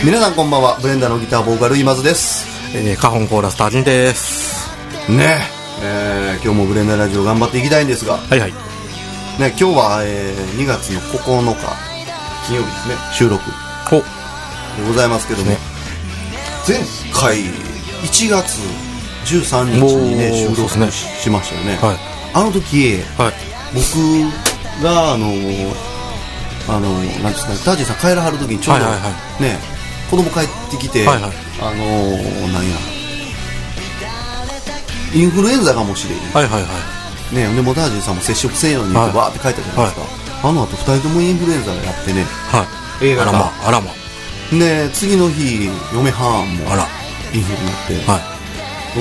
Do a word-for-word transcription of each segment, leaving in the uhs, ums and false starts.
皆さんこんばんは。ブレンダーのギターボーカル今津です。 えー、カホンコーラスタージンですねえ、えー、今日もブレンダーラジオ頑張っていきたいんですが、 はいはい、 ね、今日は、えー、にがつのここのか金曜日ですね、収録でございますけども、ね、前回いちがつじゅうさんにちにね収録 し,、ね、しましたよね、はい、あの時、はい、僕があのあのなんですかね、タージンさん帰らはる時にちょうど、はいはいはい、ね、子供帰ってきて、はいはい、あのー、なんやインフルエンザかもしれん、はいはいはいね、でもタージンさんも接触せんようにってバーって書いたじゃないですか、はい、あの後ふたりともインフルエンザがやってね、はい、映画があらまあらまで次の日嫁はんもあらインフルになって、はい、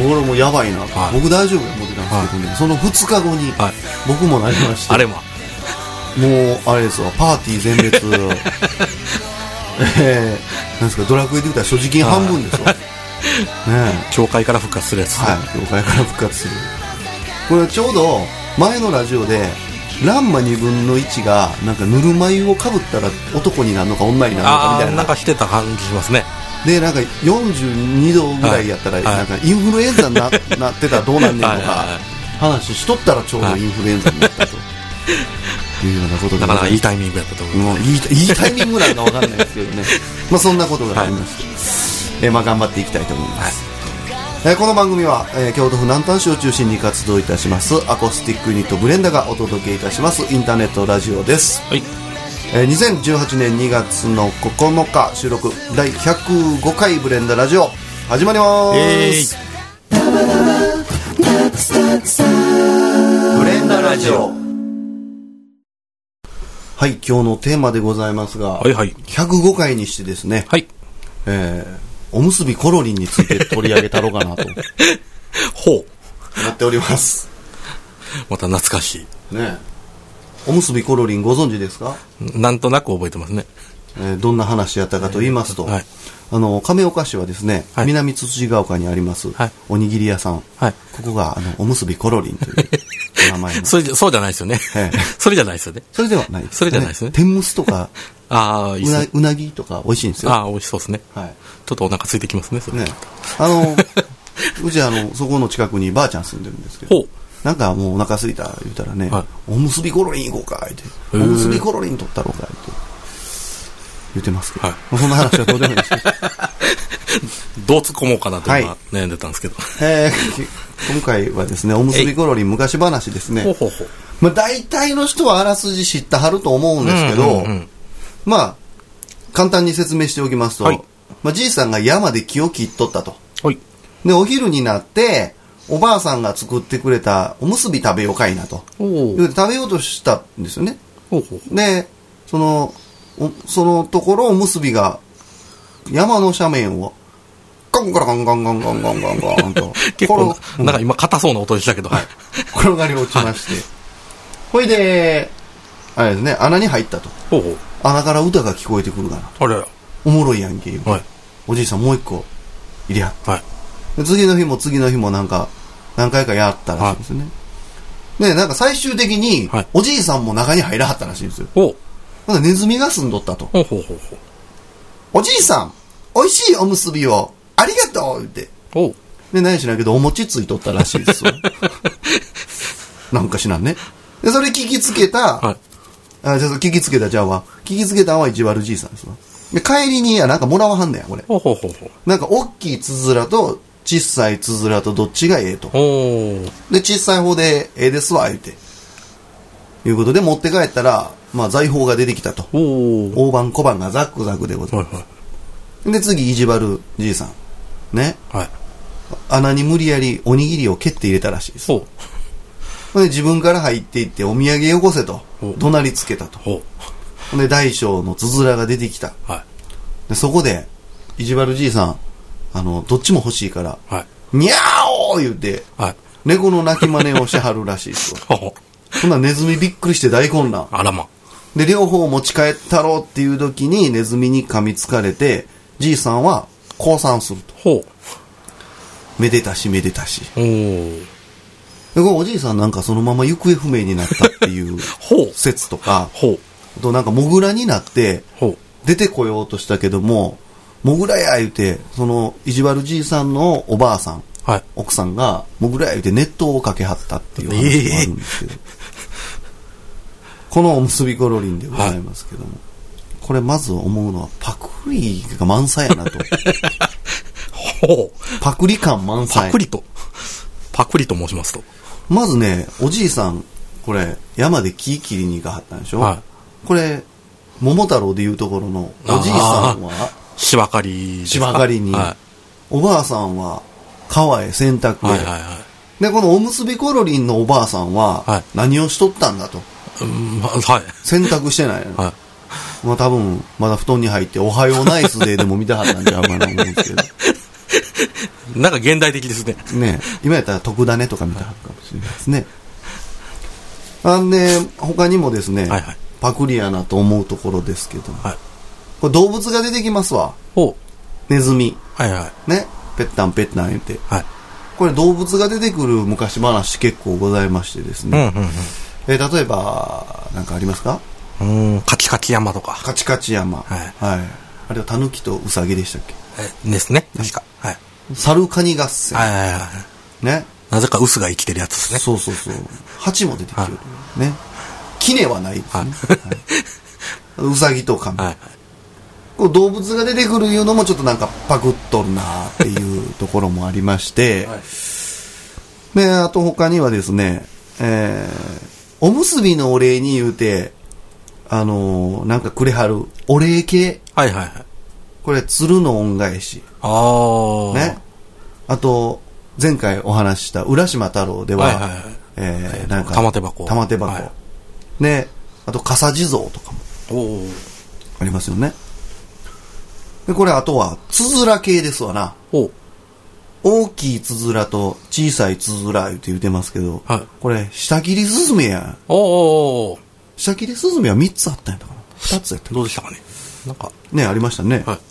俺もやばいな、はい、僕大丈夫や思ってたんですけどね、はい、そのふつかごに、はい、僕もなりましてあれももうあれですわ、パーティー全滅えー、なんですか、ドラクエで言ったら所持金半分ですわ、ね、 教会から復活するやつ、 はい、教会から復活する。これちょうど前のラジオでランマにぶんのいちがなんかぬるま湯をかぶったら男になるのか女になるのかみたいな、 なんかしてた感じしますね。 でなんかよんじゅうにどぐらいやったら、はい、なんかインフルエンザに な, なってたらどうなんねんとか話しとったらちょうどインフルエンザになったというようなことが、 なかなかいいタイミングやったと思います。 もういい、いいタイミングなのか分かんないですけどねまあそんなことがありまして、はい、えーまあ、頑張っていきたいと思います、はい。えー、この番組は、えー、京都府南丹市を中心に活動いたしますアコースティックユニットブレンダがお届けいたしますインターネットラジオです、はい。えー、にせんじゅうはちねんにがつのここのか収録だいひゃくごかいブレンダラジオ始まります、えー、ブレンダラジオ。はい、今日のテーマでございますが、はいはい、ひゃくごかいにしてですね、はい、えー、おむすびコロリンについて取り上げたろうかなとほう思っております。 また懐かしいね。 おむすびコロリンご存知ですか？ なんとなく覚えてますね、 えー、どんな話やったかと言いますと、はい、あの亀岡市はですね、はい、南つつじが丘にあります、はい、おにぎり屋さん、はい、ここがあのおむすびコロリンという名前のそれそうじゃないですよね、ええ、それじゃないですよね。 それではないです、ね、 それじゃないですね。 天むすとかあいい、ね、 う, なうなぎとか美味しいんですよ。 あ美味しそうですね、はい、ちょっとお腹空いてきますね、それね。 あのうちあのそこの近くにばあちゃん住んでるんですけど、ほうなんかもうお腹空いた言うたらね、はい、おむすびコロリン行こうかっておむすびコロリン取ったろうかって言ってますけど、はい、そんな話はどうでもいいですけどどう突っ込もうかなと今悩んでたんですけど、はい、 えー、今回はですねおむすびコロリン昔話ですね。ほうほうほう、まあ、大体の人はあらすじ知ったはると思うんですけど、うんうんうん、まあ簡単に説明しておきますと、はい、まあ、じいさんが山で木を切っとったと、はい、でお昼になっておばあさんが作ってくれたおむすび食べようかいなと食べようとしたんですよね。ほうほうほう、でそのそのところおむすびが山の斜面をガンガンガンガンガンガンガンガンガンと結構なんか今硬そうな音でしたけど、はい、 転がり落ちまして、はい、ほいであれですね、穴に入ったと。ほうほう、穴から歌が聞こえてくるかなと。あれおもろいやんけ、はい、おじいさんもう一個入れはって、はい、で次の日も次の日もなんか何回かやったらしいんですよね、はい、でなんか最終的に、はい、おじいさんも中に入らはったらしいんですよ。ほう、なんかネズミが住んどったと。ほうほうほうほう、おじいさんおいしいおむすびをありがとう言って、おうで何しないけどお餅ついとったらしいですよなんかしなんね。でそれ聞きつけた、はい、あじゃあ聞きつけたじゃあは聞きつけたのは一悪じいさんですわ。で帰りにやなんかもらわはんねやこれ。ほうほうほうほう、なんか大きいつづらと小さいつづらとどっちがええと。で小さい方でええですわ言っていうことで持って帰ったら、まあ、財宝が出てきたと。大判小判がザクザクでございます、はいはい、で次意地悪じいさんね、はい、穴に無理やりおにぎりを蹴って入れたらしいです。で自分から入っていってお土産よこせと怒鳴りつけたと。で大小のつづらが出てきた、はい、でそこで意地悪じいさんあのどっちも欲しいから、はい、にゃーおー言うて、はい、猫の鳴き真似をしはるらしいですよそんなネズミびっくりして大混乱。あらま。で両方持ち帰ったろうっていう時にネズミに噛みつかれてじいさんは降参すると。ほう、めでたしめでたし。おでこのおじいさんなんかそのまま行方不明になったっていう説とかほうとなんかモグラになって出てこようとしたけどもモグラや言うて、その、意地悪じいさんのおばあさん、 はい、 奥さんが、モグラや言うて熱湯をかけはったっていう話もあるんですけど、えー、このおむすびコロリンでございますけども、はい、これまず思うのはパクリが満載やなと。 ほう。 パクリ感満載。 パクリと。パクリと申しますと。 まずね、おじいさん、これ、山で木切りに行かはったんでしょ、はい、これ、桃太郎でいうところの、おじいさんは、 芝刈りですか。 芝刈りに、はい、おばあさんは、川へ洗濯へ、はいはいはい、で、このおむすびコロリンのおばあさんは、はい、何をしとったんだと。 うん、はい。 洗濯してないの。はい、まあ多分、まだ布団に入って、おはようナイスデーでも見たはったんちゃうかなと思うんですけど。 なんか現代的ですね。 ね、今やったら特ダネとか見たはったかもしれないですね。あんで、他にもですね、はいはい、パクリやなと思うところですけど、はい、これ動物が出てきますわ。ほう。ネズミ。はいはい。ね。ペッタンペッタン言って。はい。これ動物が出てくる昔話結構ございましてですね。うんうんうん、えー、例えば、なんかありますか？ うーん、カチカチ山とか。 カチカチ山。はい。はい。あれはタヌキとウサギでしたっけ？ え、ですね。確か。はい。 サルカニ合戦。 はいはいはい。 ね。 なぜかウスが生きてるやつですね。 そうそうそう。ハチも出てきてる。ね。キネはないですね。はいはい、ウサギとカメ。はいはい、こう動物が出てくるいうのもちょっとなんかパクっとるなっていうところもありまして、はい、で、あと他にはですね、えー、おむすびのお礼に言うて、あのー、なんかくれはるお礼系。はいはいはい。これ鶴の恩返し。ああ。ね。あと、前回お話しした浦島太郎では、はいはいはい、えー、なんか、 玉手箱。 玉手箱。はい、で、あと、笠地蔵とかも。おありますよね。で、これ、あとは、つづら系ですわな。お大きいつづらと小さいつづら言って言ってますけど、はい、これ、下切りスズメや。おお下切りスズメはみっつあったんやったかな。ふたつやった。 どうでしたかね。なんか。 ね、ありましたね。はい。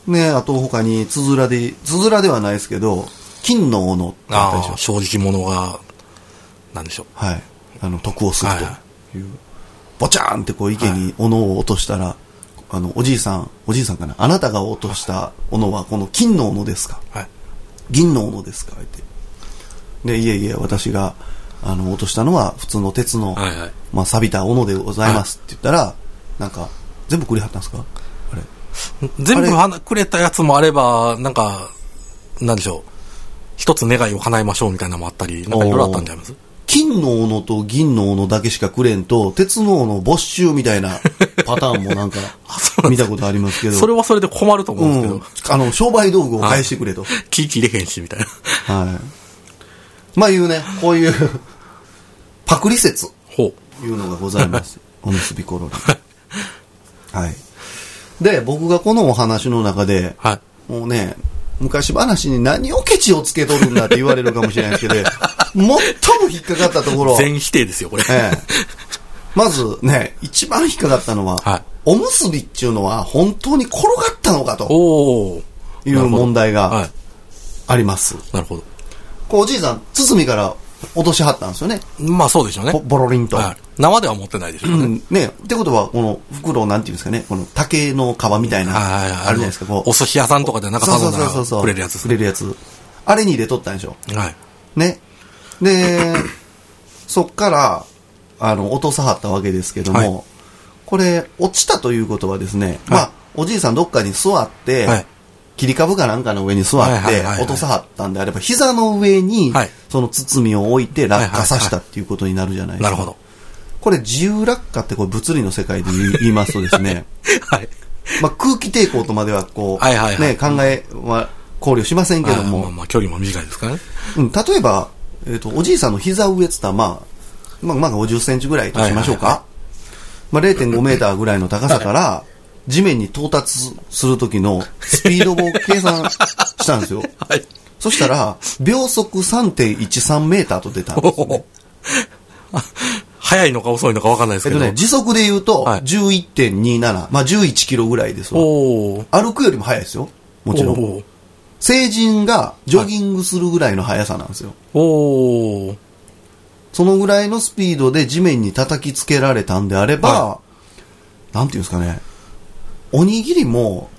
ね、あと他につづらで、つづらではないですけど、金の斧ってあったでしょ。 正直者が、なんでしょう。 はい。あの、得をするという。はい、ボチャーンってこう池に斧を落としたら、はい、あの、おじいさん、おじいさんかな。あなたが落とした斧はこの金の斧ですか。はい。銀の斧ですかって。で、いえいえ、私が、あの、落としたのは普通の鉄の、はいはい、まあ、錆びた斧でございますって言ったら、はい、なんか、全部くれはったんですかあれ。 全部くれたやつもあれば、なんか、なんでしょう。一つ願いを叶えましょうみたいなのもあったり、なんかいろいろあったんちゃいます？ 金の斧と銀の斧だけしかくれんと、鉄の斧没収みたいなパターンもなんか見たことありますけど。 それはそれで困ると思うんですけど。 うん、あの、商売道具を返してくれと。 木切れへんしみたいな。 はい。まあいうね、こういうパクリ説いうのがございます。おむすびコロリ。はい。で、僕がこのお話の中で、はい、もうね、昔話に何をケチをつけとるんだって言われるかもしれないですけど、最も引っかかったところ。 全否定ですよ、これ。 ええ、まずね、一番引っかかったのは、はい、おむすびっていうのは本当に転がったのかという問題があります。 なるほど。 こうおじいさん、包みから落としはったんですよね。 まあそうでしょうね。 ボ, ボロリンと、はい。 生では持ってないでしょうね。うん、 ね。ってことは、この袋、なんていうんですかね、この竹の皮みたいな、あるじゃないですか、こう。 お寿司屋さんとかで中さんならくれるやつ。 くれるやつ。あれに入れとったんでしょ。はい。ね。で、そっから、あの、落とさはったわけですけども、はい、これ、落ちたということはですね、はい、まあ、おじいさんどっかに座って、はい、切り株かなんかの上に座って落とさはったんであれば、膝の上にその包みを置いて落下させたっていうことになるじゃないですか。なるほど。これ自由落下ってこれ物理の世界で言いますとですね、はい。まあ空気抵抗とまではこう、はいはいはい、ね、考えは考慮しませんけども。 まあまあ距離も短いですからね。 うん、例えば、えっと、おじいさんの膝上って言ったらまあ、まあまあごじゅっセンチぐらいとしましょうか。はいはいはい、まあ れいてんごメーターぐらいの高さから、地面に到達する時のスピードを計算したんですよ。はい。そしたら、秒速 さんてんいちさん メーターと出たんですよね。 速いのか遅いのか分かんないですけど。 えっとね、時速で言うと、じゅういってんにじゅうなな。まあ、じゅういちキロぐらいですわ。お歩くよりも速いですよ。もちろん。成人がジョギングするぐらいの速さなんですよ。おそのぐらいのスピードで地面に叩きつけられたんであれば、はい、なんていうんですかね。おにぎりも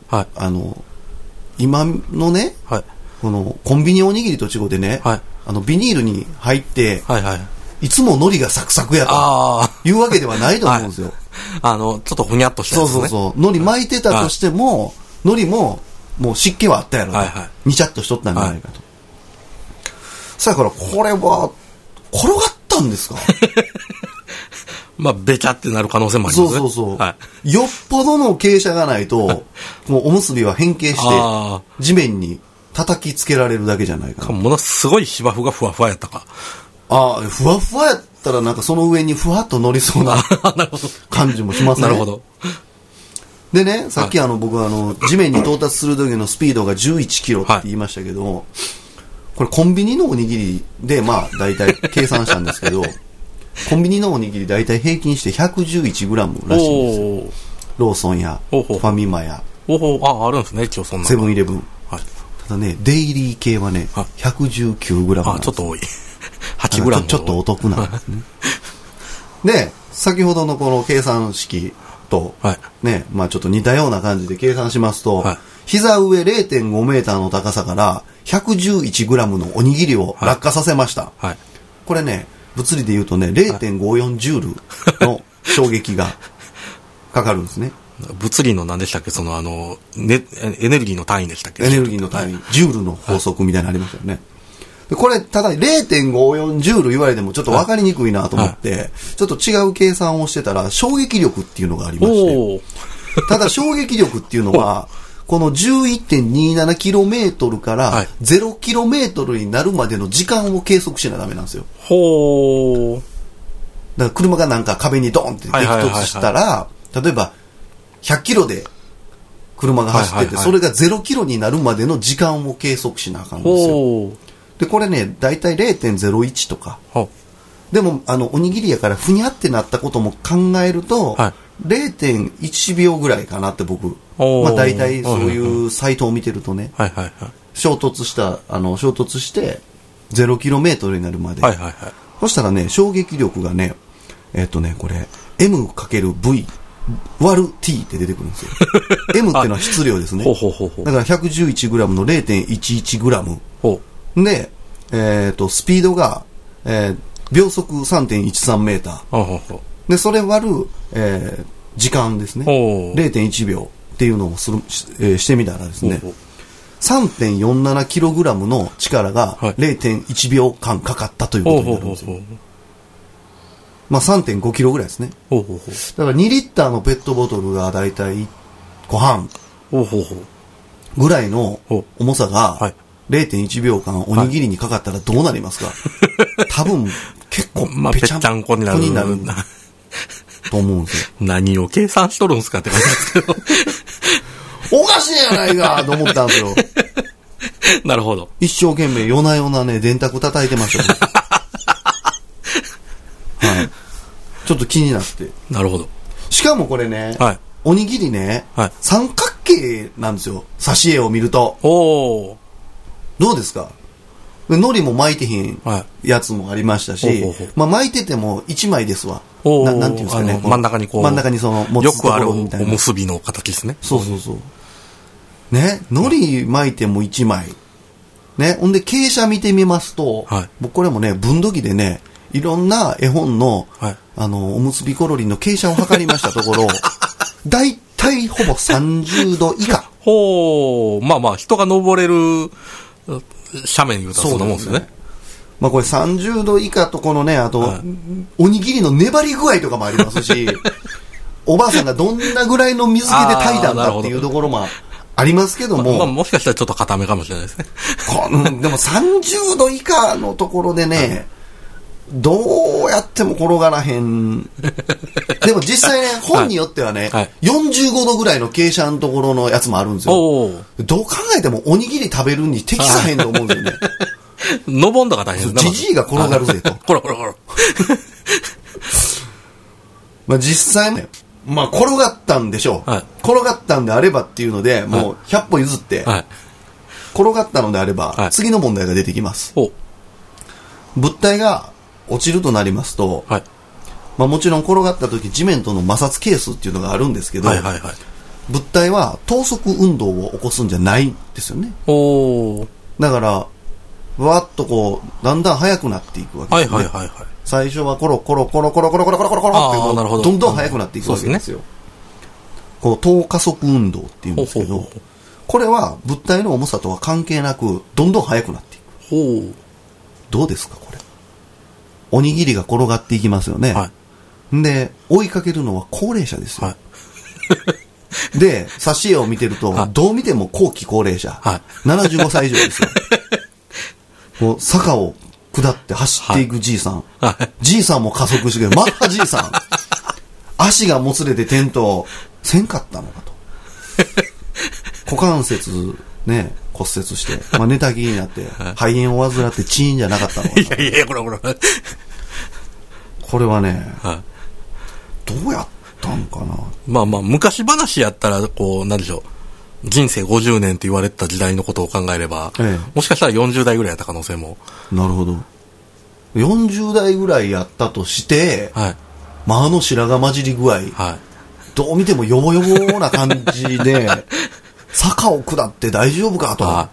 はい、あの、今のね、はい、このコンビニおにぎりと違うでね、はい、あのビニールに入って、はいはい、いつも海苔がサクサクやというわけではないと思うんですよ。はい、 あの、ちょっとふにゃっとしたやつね。 そうそうそう。海苔巻いてたとしても、はい、海苔ももう湿気はあったやろと、はいはい、にちゃっとしとったんじゃないかと。さあ、からこれは転がったんですか？ まあ、べちゃってなる可能性もありますね。 そうそうそう。はい、よっぽどの傾斜がないと、はい、もうおむすびは変形して、地面に叩きつけられるだけじゃないかな。 ものすごい芝生がふわふわやったか。 ああ、ふわふわやったらなんかその上にふわっと乗りそうな感じもしますね。 なるほど。 でね、さっきあの、はい、僕はあの、地面に到達する時のスピードがじゅういちキロって言いましたけど、はい、これコンビニのおにぎりで、まあ、大体計算したんですけど、コンビニのおにぎり大体平均してひゃくじゅういちグラムらしいんですよ。ローソンやファミマやおほああるんですね、一応そんなセブンイレブン、はい、ただねデイリー系はね、はい、ひゃくじゅうきゅうグラムなんです。 あちょっと多いはちグラムちょっとお得なんですねで先ほどのこの計算式と、はい、ねまあちょっと似たような感じで計算しますと、はい、膝上 れいてんごメーターの高さからひゃくじゅういちグラムのおにぎりを落下させました、はいはい、これね物理で言うとね れいてんごよん ジュールの衝撃がかかるんですね。 物理の何でしたっけ、そのあの、ね、エネルギーの単位でしたっけ。 エネルギーの単位、はい、ジュールの法則みたいなのありますよね。でこれただ れいてんごよん ジュール言われてもちょっと分かりにくいなと思って、はい、ちょっと違う計算をしてたら衝撃力っていうのがありましてただ衝撃力っていうのはこの じゅういってんにななキロメートル から ゼロキロメートル になるまでの時間を計測しなダメなんですよ。 ほー。 だから車がなんか壁にドーンって激突したら、例えばひゃっキロで車が走ってて、それがゼロキロになるまでの時間を計測しなあかんんですよ。で、これね、だいたい れいてんゼロいち とか。でも、あの、おにぎりやからふにゃってなったことも考えると、はい、れいてんいちびょうぐらいかなって僕、まあ大体そういうサイトを見てるとね、はいはいはい、衝突した、あの、衝突してゼロキロメートル になるまで。はいはいはい、そしたらね、衝撃力がね、えっとね、これ、エムかけるブイ 割る T って出てくるんですよ。M っていうのは質量ですね。ほうほうほうほう。だから ひゃくじゅういちグラム の れいてんいちいちグラム。ほう。で、えっと、スピードが、えー、秒速 さんてんいちさんメーター。ほうほうほう。で、それ割る、えー、時間ですね。れいてんいちびょうっていうのをする、えー、してみたらですね、ほうほう さんてんよんななキログラム の力が れいてんいちびょうかんかかったということになるんですよ。ほうほうほうほう。まあ さんてんごキロぐらいですね。ほうほうほう。だからにリッターのペットボトルがだいたいいっこはんぐらいの重さが れいてんいちびょうかんおにぎりにかかったらどうなりますか？多分結構ぺちゃんこになると思うんですよ。 何を計算しとるんですかって感じですけど。 おかしいやないかと思ったんですよ。 なるほど。 一生懸命夜な夜なね電卓叩いてましたけど。はい、ちょっと気になって。 なるほど。 しかもこれね、はい、おにぎりね、はい、三角形なんですよ。挿絵を見ると。おどうですか？海苔も巻いてへんやつもありましたし、はい、まあ巻いてても一枚ですわ。な, なんていうんですかね。 真ん中にこう。 真ん中にその持つところみたいな。よくあるおむすびの形ですね。 そうそうそう。ね、海苔巻いても一枚。ね、ほんで傾斜見てみますと、はい、僕これもね、分度器でね、いろんな絵本の、はい、あの、おむすびコロリンの傾斜を測りましたところ、だいたいほぼさんじゅうど以下。 ほう、まあまあ、人が登れる斜面言うたらそうなもんですよね。 まあこれさんじゅうど以下とこのね、あと、はい、おにぎりの粘り具合とかもありますし、おばあさんがどんなぐらいの水気で炊いたんだっていうところもありますけども。 まあ、もしかしたらちょっと固めかもしれないですね。 このでもさんじゅうど以下のところでね、はいどうやっても転がらへん。でも実際ね、本によってはね、はい、よんじゅうごどぐらいの傾斜のところのやつもあるんですよ。どう考えてもおにぎり食べるに適さへんと思うんですよね。 のぼんだが大変だ。じじいが転がるぜと。 ほらほらほら。 まあ実際ね、まあ転がったんでしょう、はい。転がったんであればっていうので、もうひゃっぽ譲って、はい、転がったのであれば、はい、次の問題が出てきます。物体が落ちるとなりますと、はいまあ、もちろん転がった時地面との摩擦係数っていうのがあるんですけど、はいはいはい、 物体は等速運動を起こすんじゃないんですよね。 おだから、わっとこう、だんだん速くなっていくわけですね。はいはいはい、はい。最初はコロコロコロコロコロコロコロコロコロってこうどんどん速くなっていくわけですよ。こう等加速運動っていうんですけど、ほうほうほう、これは物体の重さとは関係なくどんどん速くなっていく。ほう。どうですかこれ。おにぎりが転がっていきますよね。はい。で追いかけるのは高齢者ですよ。はい。で挿絵を見てると、はい、どう見ても後期高齢者、はい、ななじゅうごさい以上ですよ。こう坂を下って走っていくじいさん、はいはい、じいさんも加速してマッハじいさん足がもつれて転倒せんかったのかと股関節ね骨折して、まあ、寝たきりになって肺炎を患ってチーンじゃなかったのかな。いやいやこれこれこれはね、はい、どうやったんかな。 まあまあ昔話やったらこうなんでしょう、人生ごじゅうねんって言われてた時代のことを考えれば、ええ、もしかしたらよんじゅうだいぐらいやった可能性も。 なるほど。よんじゅうだいぐらいやったとして、はい、まあ、あの白髪混じり具合、はい、どう見てもヨボヨボな感じで坂を下って大丈夫かと、はい、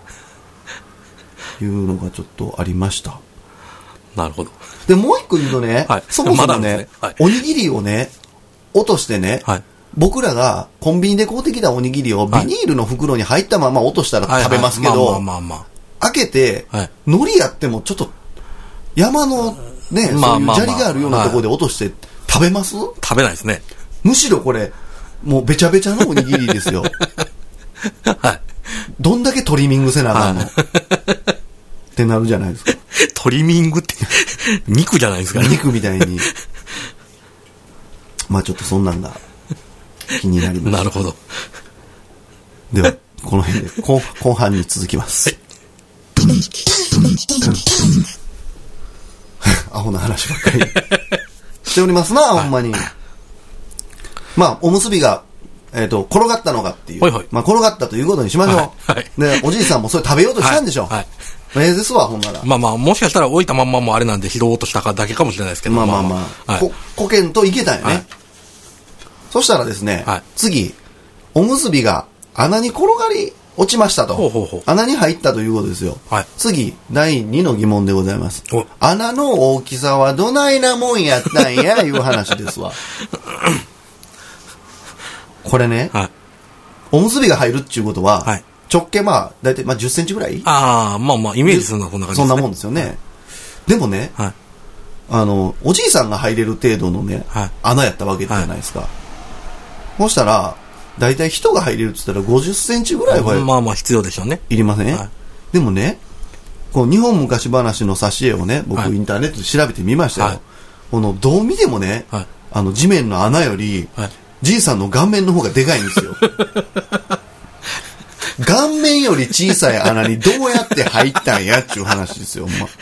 いうのがちょっとありました。 なるほど。 でもう一個言うとね、はい、そもそもね、まね、はい、おにぎりをね落としてね、はい、僕らがコンビニで買うてきたおにぎりをビニールの袋に入ったまま落としたら食べますけど、開けて、はい、海苔やってもちょっと山のね、そういう砂利があるようなところで落として食べます？ 食べないですね。 むしろこれもうべちゃべちゃのおにぎりですよ。はい。どんだけトリミングせなあかんの、はい、ってなるじゃないですか。 トリミングって肉じゃないですか、ね、 肉みたいに。まあちょっとそんなんが気になります。 なるほど。 ではこの辺で 後, 後半に続きます。はい、アホな話ばっかりしておりますな、はい、ほんまに。まあおむすびが、えー、と転がったのかっていう、はいはい、まあ、転がったということにしましょう、はいはい、でおじいさんもそれ食べようとしたんでしょう、はいはい、ええですわほんなら。 まあまあもしかしたら置いたまんまもあれなんで拾おうとしただけかもしれないですけど、 まあまあまあ、まあはい、ここけんといけたんよね、はい、そしたらですね、はい、次おむすびが穴に転がり落ちましたと。ほうほうほう。穴に入ったということですよ。はい、次だいにの疑問でございます。穴の大きさはどないなもんやったんやいう話ですわ。これね、はい、おむすびが入るっていうことは、はい、直径まあ大体まあじゅっセンチぐらい。 ああまあまあイメージするのはこんな感じですね。 そんなもんですよね。でもね、はい、あのおじいさんが入れる程度のね、はい、穴やったわけじゃないですか。はい、そしたらだいたい人が入れるって言ったらごじゅっセンチぐらいはまあまあ必要でしょうね。 いりません、はい、でもねこう日本昔話の挿絵をね僕、はい、インターネットで調べてみましたよ、はい、このどう見てもね、はい、あの地面の穴より、はい、じいさんの顔面の方がでかいんですよ。顔面より小さい穴にどうやって入ったんやっていう話ですよ、ま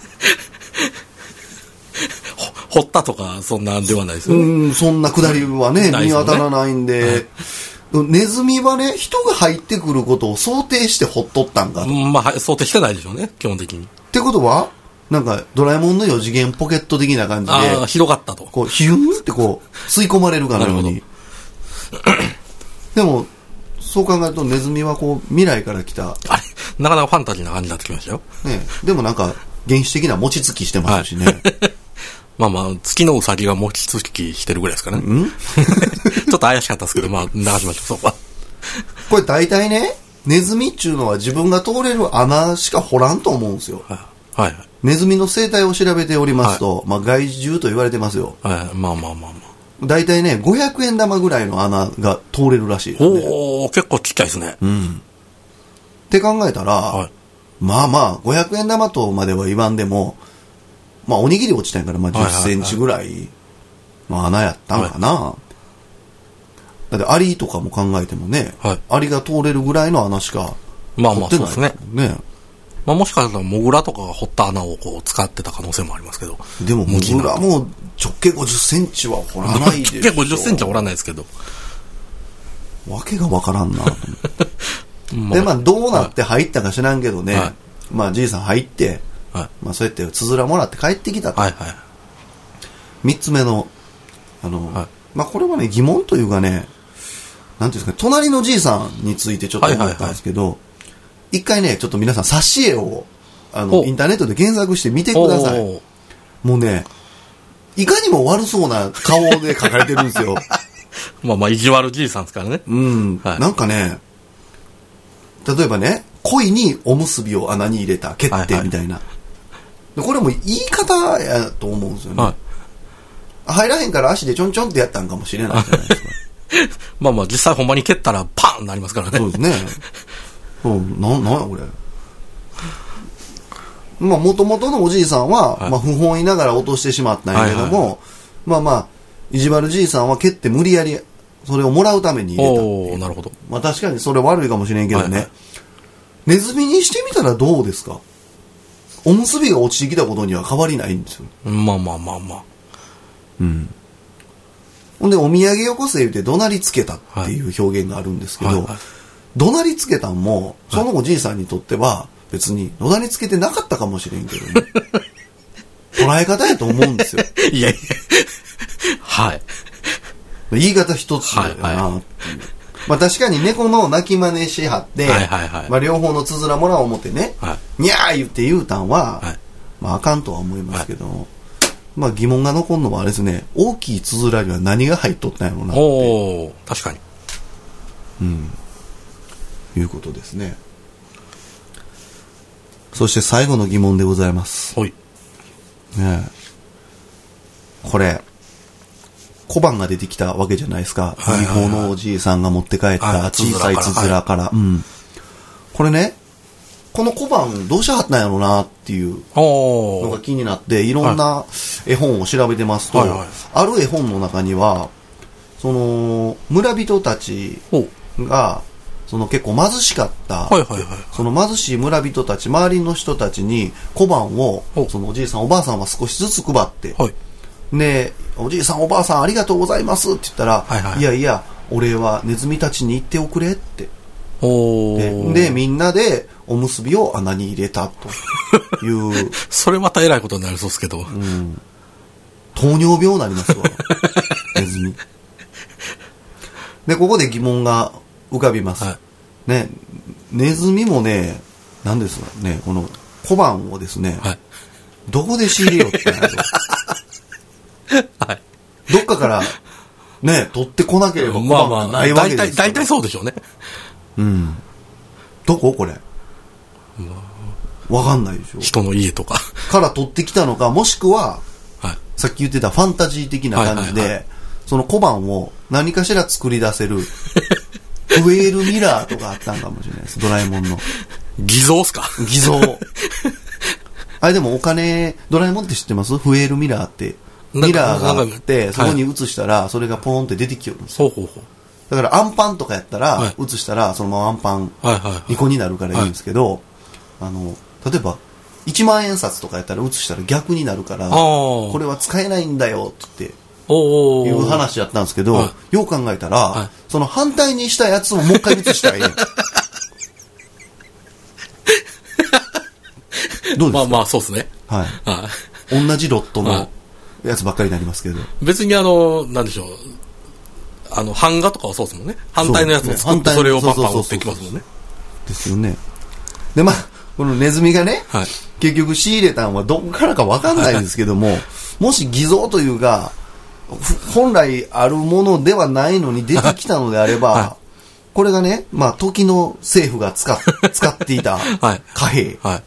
掘ったとかそんなんではないですよね。うんそんな下りはね見当たらないんで、はい、ネズミはね人が入ってくることを想定して掘っとったんかと、 まあ想定してないでしょうね基本的に。 ってことはなんかドラえもんのよ次元ポケット的な感じであ広がったとこうヒューンってこう吸い込まれるかのように。でもそう考えるとネズミはこう未来から来たあれなかなかファンタジーな感じになってきましたよ、 ね、でもなんか原始的な餅つきしてますしね、はい、 まあまあ月のうさぎが餅つきしてるぐらいですかね。んちょっと怪しかったですけどまあ流しましょうそこは。 これ大体ねネズミっちゅうのは自分が通れる穴しか掘らんと思うんですよ。はいはい、ネズミの生態を調べておりますと、はい、まあ害獣と言われてますよ。はい、まあまあまあまあ。大体ねごひゃくえん玉ぐらいの穴が通れるらしいですね。 おお結構ちっちゃいですね。うん。 って考えたら、はい、まあまあごひゃくえん玉とまでは言わんでも、まあおにぎり落ちたんやからまあじゅっセンチぐらいの穴やったんかな。はいはい、だってアリとかも考えてもね、はい、アリが通れるぐらいの穴しかまあまあそうですね。ね。まあ、もしかしたらモグラとかが掘った穴をこう使ってた可能性もありますけど。 でもモグラも直径ごじゅっセンチは掘らないでしょ。 直径ごじゅっセンチは掘らないですけど。 わけがわからんなと思ってまあ、でまあどうなって入ったか知らんけどね、はい、まあじいさん入って、はい、まあそうやってつづらもらって帰ってきたと、はいはい、みっつめのあの、はい、まあこれはね疑問というかねなんていうんですか、隣のじいさんについてちょっと思ったんですけど、はいはいはい、一回ね、ちょっと皆さん、挿絵を、あの、インターネットで検索して見てください。もうね、いかにも悪そうな顔で描かれてるんですよ。 まあまあ、意地悪じいさんですからね。 うん。はい、なんかね、例えばね、恋におむすびを穴に入れた決定みたいな。はいはい、これも言い方やと思うんですよね。はい、入らへんから足でちょんちょんってやったんかもしれないじゃないですか。 まあまあ、実際ほんまに蹴ったらパーンなりますからね。 そうですね。そう、な、なんやこれ。まあ、もともとのおじいさんは、はい、まあ、不本意ながら落としてしまったんやけども、はいはいはい、まあまあ、意地悪じいさんは蹴って無理やり、それをもらうために入れた。 おー、なるほど。 まあ確かにそれ悪いかもしれんけどね。はいはい、ネズミにしてみたらどうですか？おむすびが落ちてきたことには変わりないんですよ。 まあまあまあまあ。 うん。ほんで、お土産よこせ言うて怒鳴りつけたっていう表現があるんですけど、はいはいはい、怒鳴りつけたんも、そのおじいさんにとっては、別に怒鳴りつけてなかったかもしれんけどね。捉え方やと思うんですよ。 いやいや。はい。 言い方一つだよなっていう。はいはい、まあ確かに猫の鳴き真似しはって、はいはいはい、まあ両方のつづらもらおう思ってね、はい、にゃー言って言うたんは、はい、まああかんとは思いますけど、はい、まあ疑問が残るのはあれですね、大きいつづらには何が入っとったんやろうなって。 おー、確かに。 うん。いうことですね。そして最後の疑問でございます。 はい。 ねえ。これ、小判が出てきたわけじゃないですか。日本のおじいさんが持って帰った小さいつづらから。はい、うん。これね、この小判どうしはったんやろうなっていうのが気になって、いろんな絵本を調べてますと、はいはいはい、ある絵本の中には、その、村人たちが、その結構貧しかった、はいはいはい、その貧しい村人たち、周りの人たちに小判を、そのおじいさんおばあさんは少しずつ配って、はい、で、おじいさんおばあさんありがとうございますって言ったら、はいはい、いやいや、お礼はネズミたちに言っておくれって。 おで, で、みんなでおむすびを穴に入れたという。 それまた偉いことになりそうですけど。 うん、糖尿病になりますわ。ネズミ。で、ここで疑問が浮かびます。はい、ね、ネズミもね、何ですかね、この小判をですね、はい、どこで仕入れよってなるはい、 どっかからね、取ってこなければ小判がないわけですから。 大体、大体そうでしょうね。 うん。どここれ。わかんないでしょ。 人の家とか。 から取ってきたのか、もしくは、はい、さっき言ってたファンタジー的な感じで、はいはいはい、その小判を何かしら作り出せる、フエールミラーとかあったんかもしれないです。ドラえもんの。 偽造っすか？ 偽造。あれでもお金、ドラえもんって知ってます？フエールミラーって。ミラーがあって、そこに映したら、それがポーンって出てきよるんですよ。 ほうほうほう。 だからアンパンとかやったら、はい、映したらそのままアンパンにこになるからいいんですけど、はいはいはい、あの例えばいちまん円札とかやったら映したら逆になるからこれは使えないんだよって言っていう話やったんですけど、はい、よう考えたら、はい、その反対にしたやつをもう一回映したらいいどうですか？ まあまあそうですね、 はいはい、同じロットのやつばっかりになりますけど、 別にあのなんでしょう、あの版画とかはそうですもんね。反対のやつを作ってそれをパンパン打っていきますもんね。 ですよね。でまあこのネズミがね、はい、結局仕入れたのはどこからか分かんないんですけども、はい、もし偽造というか本来あるものではないのに出てきたのであれば、はい、これがね、まあ時の政府が使っ使っていた貨幣、はいはい、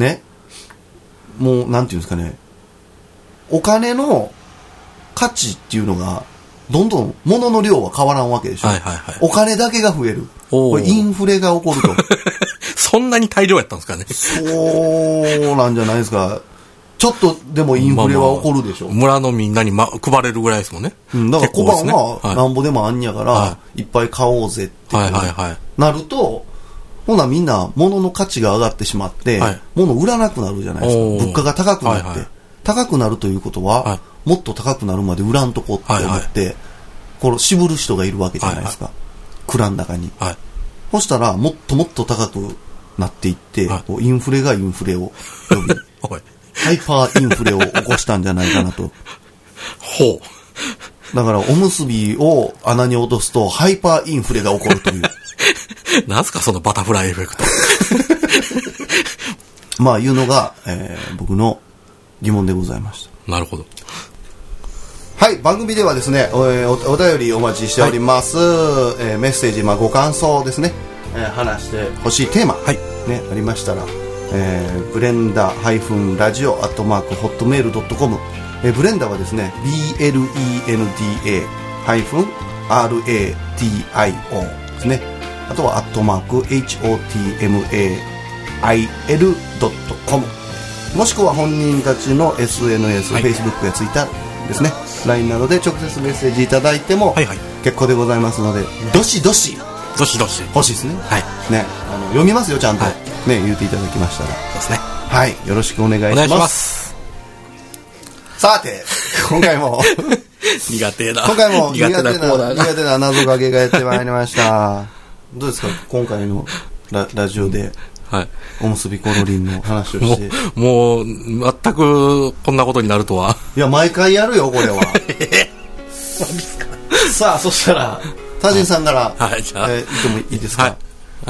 ね、もうなんていうんですかね、お金の価値っていうのがどんどん物の量は変わらんわけでしょ、はいはいはい、お金だけが増える。これインフレが起こるとそんなに大量やったんですかね。 そうなんじゃないですか。ちょっとでもインフレは起こるでしょ、まあまあ、村のみんなに、ま、配れるぐらいですもんね、 うん、だから小判はなんぼでもあんやから、はい、いっぱい買おうぜってなると、ほなみんな物の価値が上がってしまって、はい、物売らなくなるじゃないですか。物価が高くなって、はいはい、高くなるということは、はい、もっと高くなるまで売らんとこって思って、はいはい、この渋る人がいるわけじゃないですか、はいはい、蔵の中に、はい、そしたらもっともっと高くなっていって、はい、こうインフレがインフレを呼びハイパーインフレを起こしたんじゃないかなとほうだから、おむすびを穴に落とすと、ハイパーインフレが起こるという。 なんすか、そのバタフライエフェクト。 まあ、いうのが、えー、僕の疑問でございました。 なるほど。 はい、番組ではですね、お, お, お便りお待ちしております。はい、えー、メッセージ、まあ、ご感想ですね、えー、話してほしいテーマ、はい、ね、ありましたら、えー、ブレンダーラジオアットマークホットメールドットコム、えー、ブレンダーはですね ブレンダー アールエーティーアイオー ですね。あとはアットマーク ホットメールドットコム、 もしくは本人たちの エスエヌエス、はい、Facebook や Twitter ですね、 ライン などで直接メッセージいただいても結構でございますので、どしどしどしどし欲しいですね。はい、ね、あの読みますよちゃんと、はい、ね、言っていただきましたら、 そうですね、 はい、よろしくお願いします。お願いします。さて、今回も苦手な今回も苦手な苦手な謎かけがやってまいりました。どうですか、今回の ラ, ラジオで、はい、おむすびコロリンの話をして、 もう、もう全くこんなことになるとは。 いや、毎回やるよこれは。さあ、そしたらタジンさんから、はい、はい、じゃあ、えー、言ってもいいですか。はい、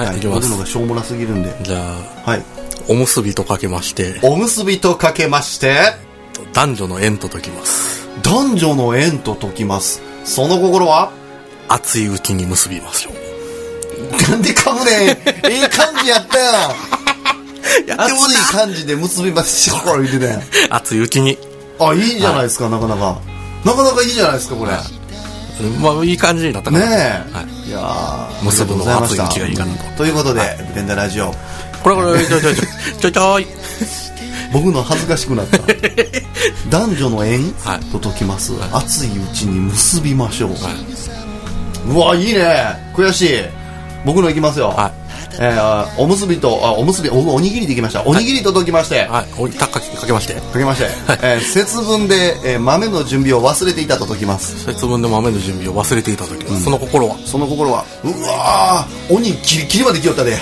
はい、いきます。僕のがしょうもなすぎるんで。 じゃあ、はい、おむすびとかけまして、 おむすびとかけまして、 男女の縁と解きます。 男女の縁と解きます。その心は熱いうちに結びましょう。 なんで噛むねん。ええ感じやったやん。熱い感じで結びましょう言ってたやん。 熱いうちに。 あ、いいじゃないですか、はい、なかなかなかなかいいじゃないですかこれ。 まあいい感じになったからねえ、はい、いやー、 結ぶの熱いうちがいいかなと。 ということで、はい、ブレンダーラジオ、 これこれちょいちょいちょいちょいちょい僕の恥ずかしくなった男女の縁、はい、と解きます、はい、熱いうちに結びましょう、はい、うわいいね、悔しい。僕のいきますよ、はい、えー、おむすびとあおむすび お, おにぎりできました。おにぎりと解きまして、はい、 おたかかけましてかけまして、はい、えー、節分で、えー、豆の準備を忘れていたと解きます。 節分で豆の準備を忘れていたと解きます、うん、その心はその心はうわー、鬼ギリギリまで来よったで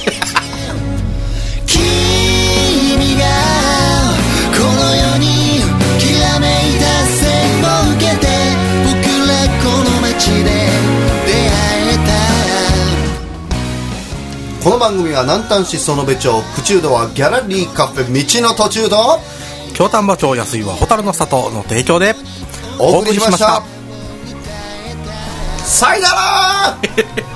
君がこの世にきらめいた線を受けて、僕らこの街で出会えた。この番組は南丹市園部町府中堂はギャラリーカフェ道の途中と京丹波町安井は蛍の里の提供でお送りしました。さよなら